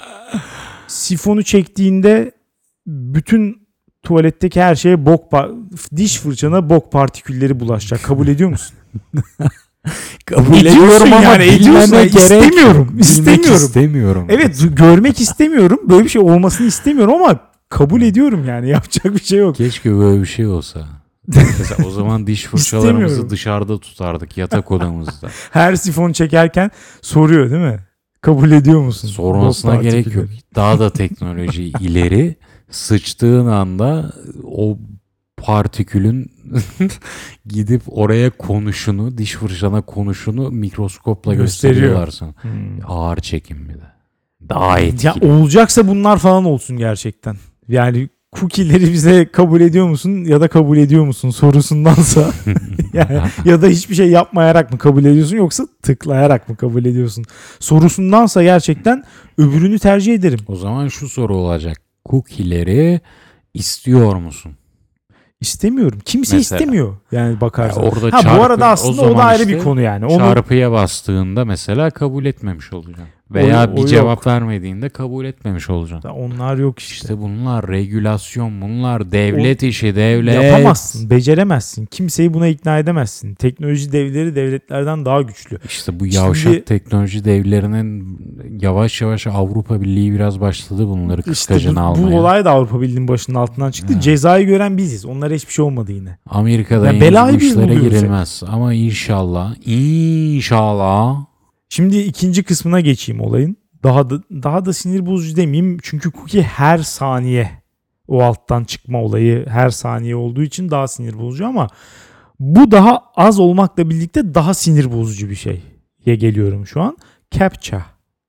Sifonu çektiğinde bütün tuvaletteki her şeye bok, pa- diş fırçana bok partikülleri bulaşacak. Kabul ediyor musun? Kabul Ediyorsun ediyorum ama yani, ediyorsun. bilmeme gerek yok. İstemiyorum, Bilmek istemiyorum. istemiyorum. Evet, görmek istemiyorum. Böyle bir şey olmasını istemiyorum ama kabul ediyorum yani. Yapacak bir şey yok. Keşke böyle bir şey olsa. Mesela o zaman diş fırçalarımızı İstemiyorum. dışarıda tutardık yatak odamızda. Her sifon çekerken soruyor değil mi? Kabul ediyor musun? Sormasına Bot gerek partikülleri. yok. Daha da teknoloji ileri. Sıçtığın anda o partikülün gidip oraya konuşunu, diş fırçana konuşunu mikroskopla Gösteriyor. gösteriyorlar sana. Hmm. Ağır çekim bir de. Daha Ya etkili. olacaksa bunlar falan olsun gerçekten. Yani cookie'leri bize kabul ediyor musun ya da kabul ediyor musun sorusundansa yani, ya da hiçbir şey yapmayarak mı kabul ediyorsun yoksa tıklayarak mı kabul ediyorsun sorusundansa gerçekten öbürünü tercih ederim. O zaman şu soru olacak. Cookie'leri istiyor musun? İstemiyorum. Kimse Mesela. istemiyor yani bakarsan. Ya orada ha çarpı- bu arada o aslında o, zaman da ayrı işte bir konu yani. Onu Çarpıya bastığında mesela kabul etmemiş olacaksın. Veya O- o bir yok. cevap vermediğinde kabul etmemiş olacaksın. onlar yok işte. İşte bunlar regülasyon, bunlar devlet işi, devlet. Yapamazsın, beceremezsin. Kimseyi buna ikna edemezsin. Teknoloji devleri devletlerden daha güçlü. İşte bu yavşak Şimdi- teknoloji devlerinin yavaş yavaş Avrupa Birliği biraz başladı bunları İşte kıskacına bu, almaya. bu olay da Avrupa Birliği'nin başının altından çıktı. Evet. Cezayı gören biziz. Onlara hiçbir şey olmadı yine. Amerika'da Ya henüz belayı bu biz işlere buluyoruz girilmez. Ama inşallah, inşallah. Şimdi ikinci kısmına geçeyim olayın. Daha da daha da sinir bozucu demeyeyim. Çünkü cookie her saniye o alttan çıkma olayı her saniye olduğu için daha sinir bozucu ama bu daha az olmakla birlikte daha sinir bozucu bir şeye geliyorum şu an. CAPTCHA.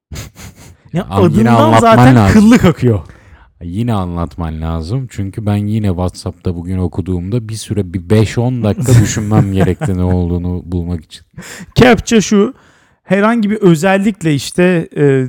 Ya Ama yine adından anlatman zaten lazım. kıllık akıyor. Yine anlatman lazım. Çünkü ben yine WhatsApp'ta bugün okuduğumda bir süre bir beş on dakika düşünmem gerekti ne olduğunu bulmak için. CAPTCHA şu: herhangi bir özellikle işte e,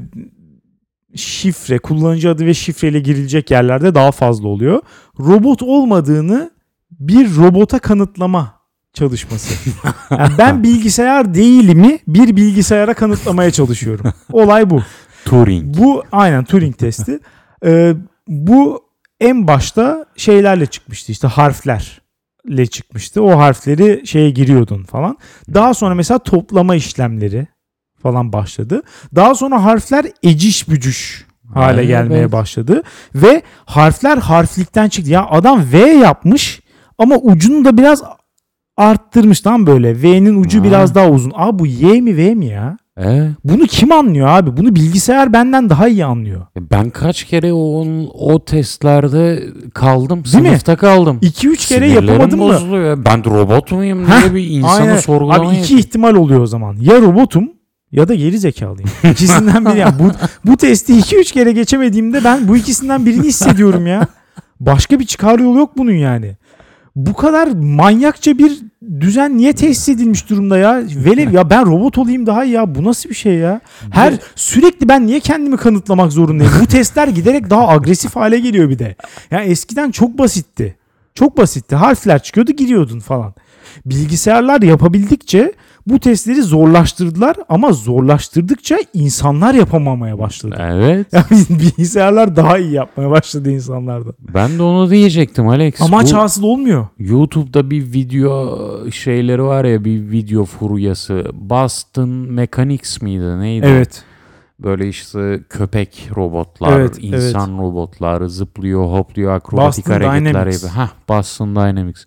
şifre, kullanıcı adı ve şifreyle girilecek yerlerde daha fazla oluyor. Robot olmadığını bir robota kanıtlama çalışması. Yani ben bilgisayar değilimi bir bilgisayara kanıtlamaya çalışıyorum. Olay bu. Turing. Bu aynen Turing testi. Ee, bu en başta şeylerle çıkmıştı, işte harflerle çıkmıştı. O harfleri şeye giriyordun falan. Daha sonra mesela toplama işlemleri falan başladı. Daha sonra harfler eciş bücüş hale Evet. gelmeye başladı. Ve harfler harflikten çıktı. Ya adam V yapmış ama ucunu da biraz arttırmış, tam böyle. V'nin ucu Ha. biraz daha uzun. Abi bu Y mi V mi ya? E, Bunu kim anlıyor abi? Bunu bilgisayar benden daha iyi anlıyor. ben kaç kere o, o testlerde kaldım. Değil mi? Sınıfta kaldım. iki üç kere Sinirlerim yapamadım mı? bozuluyor. Ben robot muyum Heh, diye bir insanı Aynen. sorgulamaya. Abi iki ihtimal oluyor o zaman. Ya robotum ya da geri zekalıyım. İkisinden biri. Yani bu, bu testi iki üç kere geçemediğimde ben bu ikisinden birini hissediyorum ya. Başka bir çıkar yolu yok bunun yani. Bu kadar manyakça bir düzen niye tesis edilmiş durumda ya? Velev ya ben robot olayım daha iyi ya. Bu nasıl bir şey ya? Her sürekli ben niye kendimi kanıtlamak zorundayım? Bu testler giderek daha agresif hale geliyor bir de. Yani eskiden çok basitti. Çok basitti. Harfler çıkıyordu, giriyordun falan. Bilgisayarlar yapabildikçe bu testleri zorlaştırdılar ama zorlaştırdıkça insanlar yapamamaya başladı. Evet. Yani bilgisayarlar daha iyi yapmaya başladı insanlardan. Ben de onu diyecektim Alex. Amaç Bu hasıl olmuyor. YouTube'da bir video şeyleri var ya, bir video furyası. Boston Mechanics miydi neydi? Evet. Böyle işte köpek robotlar, Evet, insan robotlar, zıplıyor, hopluyor, akrobatik Boston hareketler Dynamics. yapıyor. Hah, Boston Dynamics.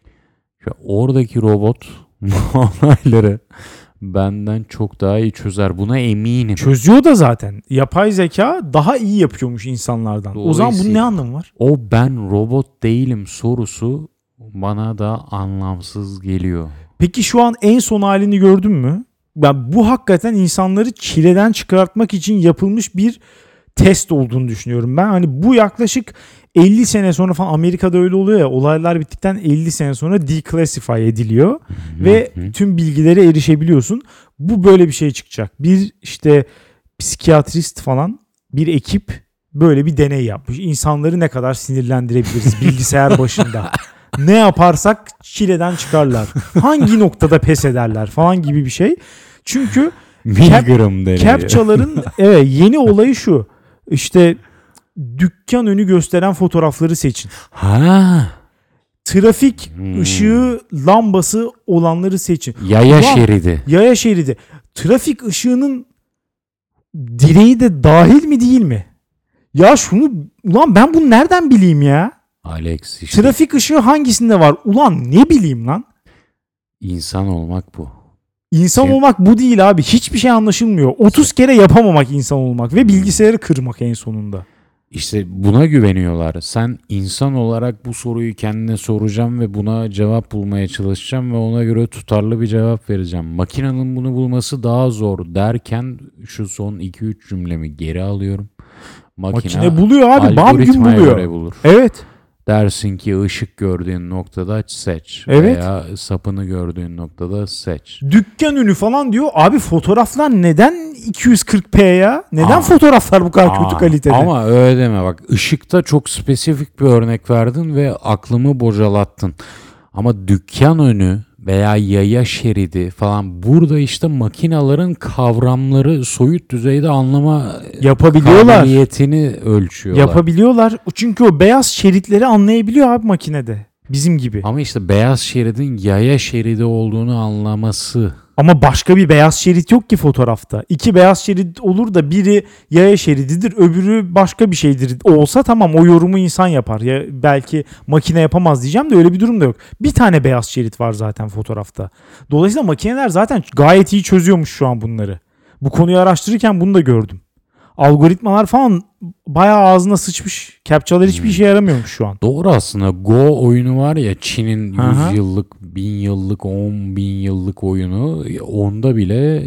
Ya oradaki robot olayları benden çok daha iyi çözer. Buna eminim. Çözüyor da zaten. Yapay zeka daha iyi yapıyormuş insanlardan. O zaman bunun ne Dolayısıyla- anlamı var? O ben robot değilim sorusu bana da anlamsız geliyor. Peki şu an en son halini gördün mü? Ben bu hakikaten insanları çileden çıkartmak için yapılmış bir test olduğunu düşünüyorum. Ben hani bu yaklaşık elli sene sonra falan, Amerika'da öyle oluyor ya, olaylar bittikten elli sene sonra declassify ediliyor ve Hı hı. tüm bilgilere erişebiliyorsun. Bu böyle bir şey çıkacak. Bir işte psikiyatrist falan bir ekip böyle bir deney yapmış. İnsanları ne kadar sinirlendirebiliriz bilgisayar başında. Ne yaparsak çileden çıkarlar. Hangi noktada pes ederler falan gibi bir şey. Çünkü Milgram deniyor. CAPTCHA'ların evet, yeni olayı şu. İşte dükkan önü gösteren fotoğrafları seçin. Ha. Trafik Hmm. ışığı lambası olanları seçin. Yaya Ulan, şeridi. Yaya şeridi. Trafik ışığının direği de dahil mi değil mi? Ya şunu ulan ben bunu nereden bileyim ya? Alex işte Trafik ışığı hangisinde var? Ulan ne bileyim lan? insan olmak bu. İnsan Sen- olmak bu değil abi. Hiçbir şey anlaşılmıyor. otuz kere yapamamak insan olmak ve bilgisayarı kırmak en sonunda. İşte buna güveniyorlar. Sen insan olarak bu soruyu kendine soracağım ve buna cevap bulmaya çalışacağım ve ona göre tutarlı bir cevap vereceğim. Makinenin bunu bulması daha zor derken şu son iki üç cümlemi geri alıyorum. Makine, Makine buluyor abi. Bam gün algoritmaya buluyor. göre bulur. Evet. Dersin ki ışık gördüğün noktada seç. Evet. Veya sapını gördüğün noktada seç. Dükkan ünü falan diyor. Abi fotoğraflar neden iki yüz kırk p ya? Neden Aa. fotoğraflar bu kadar Aa, kötü kalitede? Ama öyle deme bak. Işıkta çok spesifik bir örnek verdin ve aklımı bocalattın. Ama dükkan önü veya yaya şeridi falan burada işte makinaların kavramları soyut düzeyde anlama Yapabiliyorlar. kabiliyetini ölçüyorlar. Yapabiliyorlar. Çünkü o beyaz şeritleri anlayabiliyor abi makinede. Bizim gibi. Ama işte beyaz şeridin yaya şeridi olduğunu anlaması. Ama başka bir beyaz şerit yok ki fotoğrafta. İki beyaz şerit olur da biri yaya şerididir, öbürü başka bir şeydir. Olsa tamam, o yorumu insan yapar. Ya belki makine yapamaz diyeceğim de öyle bir durum da yok. Bir tane beyaz şerit var zaten fotoğrafta. Dolayısıyla makineler zaten gayet iyi çözüyormuş şu an bunları. Bu konuyu araştırırken bunu da gördüm. Algoritmalar falan bayağı ağzına sıçmış. Captchalar hiçbir işe yaramıyormuş şu an. Doğru aslında. Go oyunu var ya, Çin'in Aha. yüz yıllık, bin yıllık, on bin yıllık oyunu. Onda bile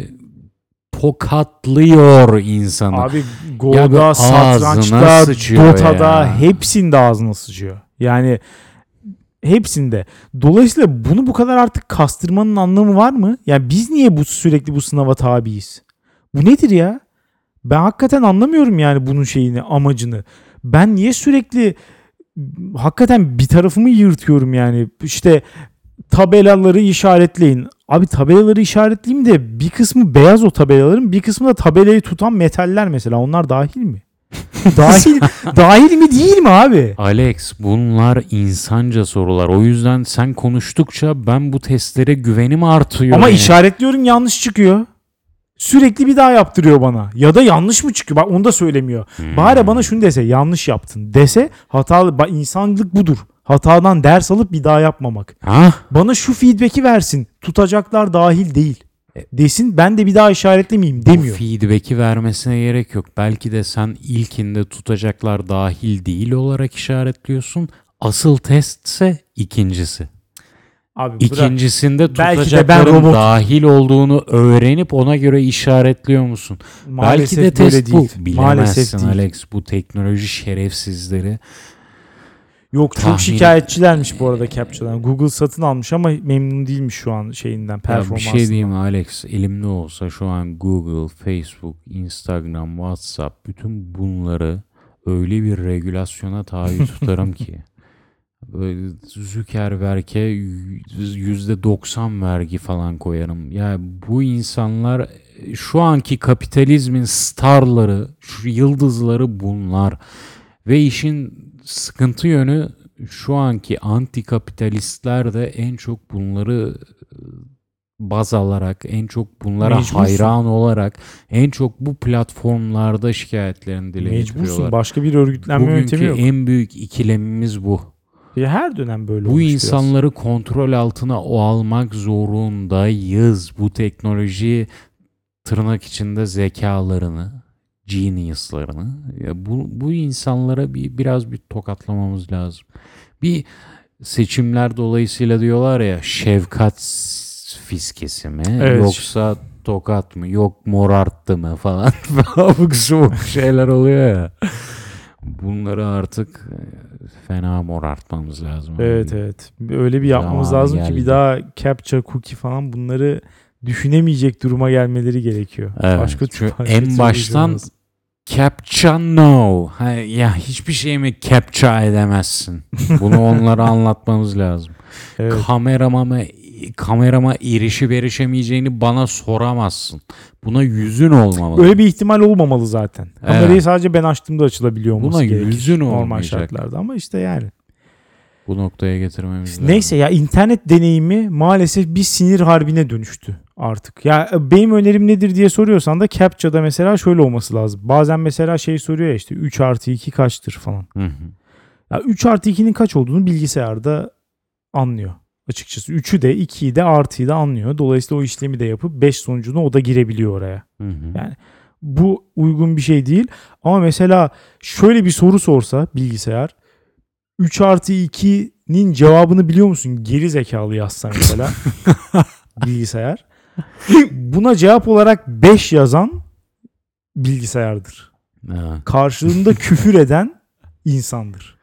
tokatlıyor insanı. Abi Ya Go'da, bu ağzına satrançta, sıçıyor Dota'da ya. hepsinde ağzına sıçıyor. Yani hepsinde. Dolayısıyla bunu bu kadar artık kastırmanın anlamı var mı? Yani biz niye bu sürekli bu sınava tabiiz? Bu nedir ya? Ben hakikaten anlamıyorum yani bunun şeyini, amacını. Ben niye sürekli hakikaten bir tarafımı yırtıyorum yani. İşte tabelaları işaretleyin. Abi tabelaları işaretleyeyim de bir kısmı beyaz o tabelaların, bir kısmı da tabelayı tutan metaller mesela. Onlar dahil mi? dahil dahil mi değil mi abi? Alex, bunlar insanca sorular. O yüzden sen konuştukça ben bu testlere güvenim artıyor. Ama yani. işaretliyorum, yanlış çıkıyor. Sürekli bir daha yaptırıyor bana. Ya da yanlış mı çıkıyor? Bak onu da söylemiyor. Hmm. Bari bana şunu dese, yanlış yaptın dese, hatalı. Bak, insanlık budur. Hatadan ders alıp bir daha yapmamak. Ha? Bana şu feedback'i versin. Tutacaklar dahil değil. Desin, ben de bir daha işaretlemeyeyim Bu demiyor. feedback'i vermesine gerek yok. Belki de sen ilkinde tutacaklar dahil değil olarak işaretliyorsun. Asıl testse ikincisi. Abi bırak. İkincisinde Belki de tutacakların ben robot- dahil olduğunu öğrenip ona göre işaretliyor musun? Maalesef Belki de böyle test değil. bu. Maalesef Bilemezsin değil. Alex. Bu teknoloji şerefsizleri. Yok, çok Tahmin- şikayetçilermiş bu arada Captcha'dan. Google satın almış ama memnun değilmiş şu an şeyinden, Ya bir performansından. şey diyeyim mi Alex? Elimde olsa şu an Google, Facebook, Instagram, WhatsApp, bütün bunları öyle bir regülasyona tabi tutarım ki. Böyle Zuckerberg'e yüzde doksan vergi falan koyarım. Ya bu insanlar, şu anki kapitalizmin starları, şu yıldızları bunlar. Ve işin sıkıntı yönü, şu anki anti-kapitalistler de en çok bunları baz alarak, en çok bunlara Mecbursun. hayran olarak, en çok bu platformlarda şikayetlerini dile Mecbursun. getiriyorlar. Başka bir örgütlenme Bugünkü yöntemi yok. en büyük ikilemimiz bu. Ya her dönem böyle Bu olmuş biraz. insanları kontrol altına o almak zorundayız. Bu teknoloji tırnak içinde zekalarını, geniuslarını, ya bu, bu insanlara bir biraz bir tokatlamamız lazım. Bir seçimler dolayısıyla diyorlar ya, şefkat fiskesi mi Evet. yoksa tokat mı, yok morarttı mı falan abuk subuk şeyler oluyor ya. Bunları artık fena morartmamız lazım. Evet evet. Öyle bir yapmamız Zamanı lazım ki geldi. bir daha captcha, cookie falan bunları düşünemeyecek duruma gelmeleri gerekiyor. Evet, Başka çünkü başka en türlü baştan yaşamaz. captcha no. Ha, ya hiçbir şeyimi captcha edemezsin. Bunu onlara anlatmamız lazım. Evet. Kamerama kamerama erişip erişemeyeceğini bana soramazsın. Buna yüzün olmamalı. Öyle bir ihtimal olmamalı zaten. Kamerayı Evet. sadece ben açtığımda açılabiliyor olması Buna gerekir. yüzün Normal olmayacak. şartlarda ama işte yani. Bu noktaya getirmemiz lazım. Neyse ya, internet deneyimi maalesef bir sinir harbine dönüştü artık. Ya benim önerim nedir diye soruyorsan da CAPTCHA'da mesela şöyle olması lazım. Bazen mesela şey soruyor ya, işte üç artı iki kaçtır falan. Hı hı. Ya üç artı ikinin kaç olduğunu bilgisayarda anlıyor açıkçası. üçü de ikiyi de artıyı da anlıyor. Dolayısıyla o işlemi de yapıp beş sonucunu o da girebiliyor oraya. Hı hı. Yani bu uygun bir şey değil. Ama mesela şöyle bir soru sorsa bilgisayar, üç artı ikinin cevabını biliyor musun? Geri zekalı yazsa mesela bilgisayar. Buna cevap olarak beş yazan bilgisayardır. Evet. Karşılığında küfür eden insandır.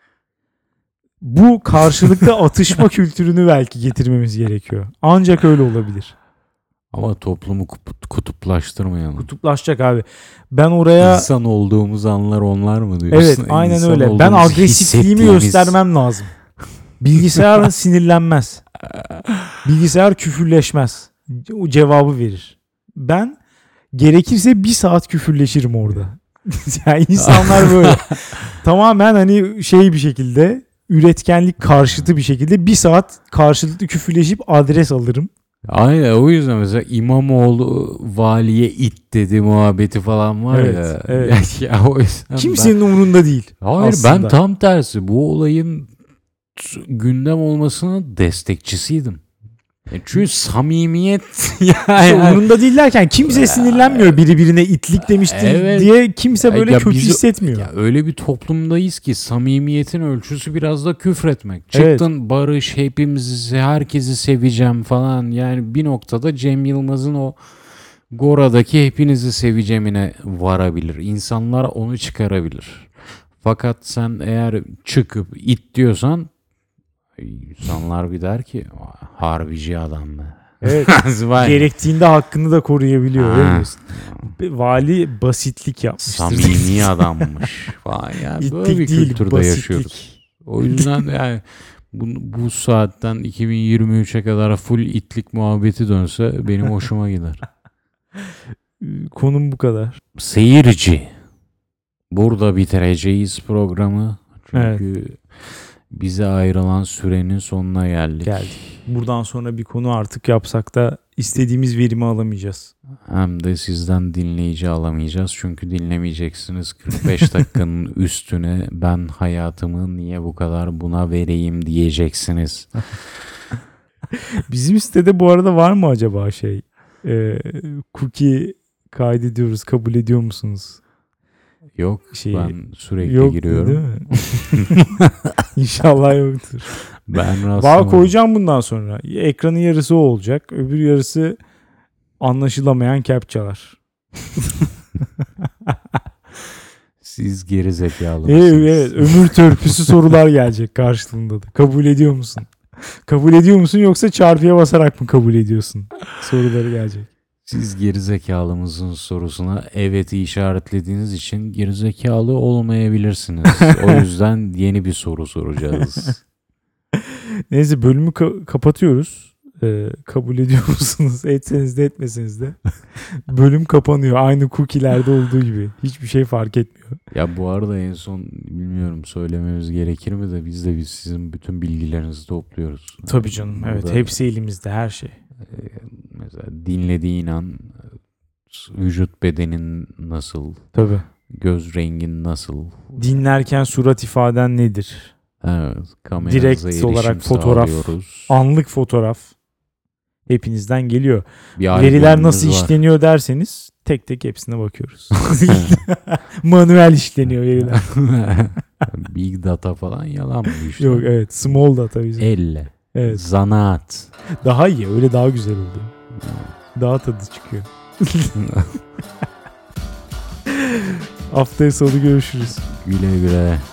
Bu karşılıklı atışma kültürünü belki getirmemiz gerekiyor. Ancak öyle olabilir. Ama toplumu kup- kutuplaştırmayalım. Kutuplaşacak abi. Ben oraya... İnsan olduğumuz anlar onlar mı diyorsun? Evet, aynen İnsan öyle. Ben olduğumuzu agresifliğimi hissettiğimiz- göstermem lazım. Bilgisayar sinirlenmez. Bilgisayar küfürleşmez. O cevabı verir. Ben gerekirse bir saat küfürleşirim orada. Yani insanlar böyle tamamen hani şey bir şekilde, üretkenlik karşıtı bir şekilde bir saat karşılıklı küfürleşip adres alırım. Aynen, o yüzden mesela İmamoğlu valiye it dedi muhabbeti falan var Evet, ya. evet. ya, ya o yüzden Kimsenin umurunda değil. ben, hayır aslında. ben tam tersi bu olayın t- gündem olmasının destekçisiydim. E çünkü samimiyet İşte yani. umurunda değil derken kimse sinirlenmiyor, biri birine itlik demiştir Evet. diye kimse böyle Ya kötü biz- hissetmiyor. Ya öyle bir toplumdayız ki samimiyetin ölçüsü biraz da küfretmek. Evet. Çıktın barış, hepimizi, herkesi seveceğim falan. Yani bir noktada Cem Yılmaz'ın o Gora'daki hepinizi seveceğimine varabilir. İnsanlar onu çıkarabilir. Fakat sen eğer çıkıp it diyorsan insanlar bir der ki harbici adam mı? Evet. Vay. Gerektiğinde hakkını da koruyabiliyor. Ha. Öyle diyorsun. Vali basitlik yapmıştır. Samimi adammış falan. Yani böyle bir İtlik değil, kültürde basitlik. yaşıyoruz. O yüzden yani bu, bu saatten iki bin yirmi üçe kadar full itlik muhabbeti dönse benim hoşuma gider. Konum bu kadar. Seyirci. Burada bitireceğiz programı. Çünkü bize ayrılan sürenin sonuna geldik. Geldik. Buradan sonra bir konu artık yapsak da istediğimiz verimi alamayacağız. Hem de sizden dinleyici alamayacağız. Çünkü dinlemeyeceksiniz. kırk beş dakikanın üstüne ben hayatımı niye bu kadar buna vereyim diyeceksiniz. Bizim sitede bu arada var mı acaba şey? E, cookie kaydediyoruz. Kabul ediyor musunuz? Yok, Şeyi- ben sürekli Yok giriyorum. değil mi? İnşallah yoktur. Ben Bağ rastlamadım. koyacağım bundan sonra. Ekranın yarısı o olacak. Öbür yarısı anlaşılamayan captchalar. Siz geri zekalı Evet, mısınız? evet, ömür törpüsü sorular gelecek karşılığında da. Kabul ediyor musun? Kabul ediyor musun yoksa çarpıya basarak mı kabul ediyorsun? Soruları gelecek. Siz gerizekalımızın sorusuna evet'i işaretlediğiniz için gerizekalı olmayabilirsiniz. O yüzden yeni bir soru soracağız. Neyse, bölümü ka- kapatıyoruz. Ee, kabul ediyor musunuz? Etseniz de etmeseniz de. Bölüm kapanıyor. Aynı cookie'lerde olduğu gibi. Hiçbir şey fark etmiyor. Ya bu arada en son bilmiyorum söylememiz gerekir mi de biz de biz sizin bütün bilgilerinizi topluyoruz. Tabii canım. Burada, Evet. Hepsi elimizde. Her şey. mesela dinlediğin an vücut bedenin nasıl, Tabii. göz rengin nasıl, Dinlerken surat ifaden nedir? evet, kameranıza Direkt erişim olarak fotoğraf, sağlıyoruz. anlık fotoğraf hepinizden geliyor. Bir Veriler albümümüz nasıl var. işleniyor derseniz tek tek hepsine bakıyoruz. Manuel işleniyor veriler. Big data falan yalan mı işte? Yok, evet, small data bizim. Elle. Evet. Zanaat. Daha iyi, öyle daha güzel oldu. Daha tadı çıkıyor. Haftaya salı görüşürüz. Güle güle.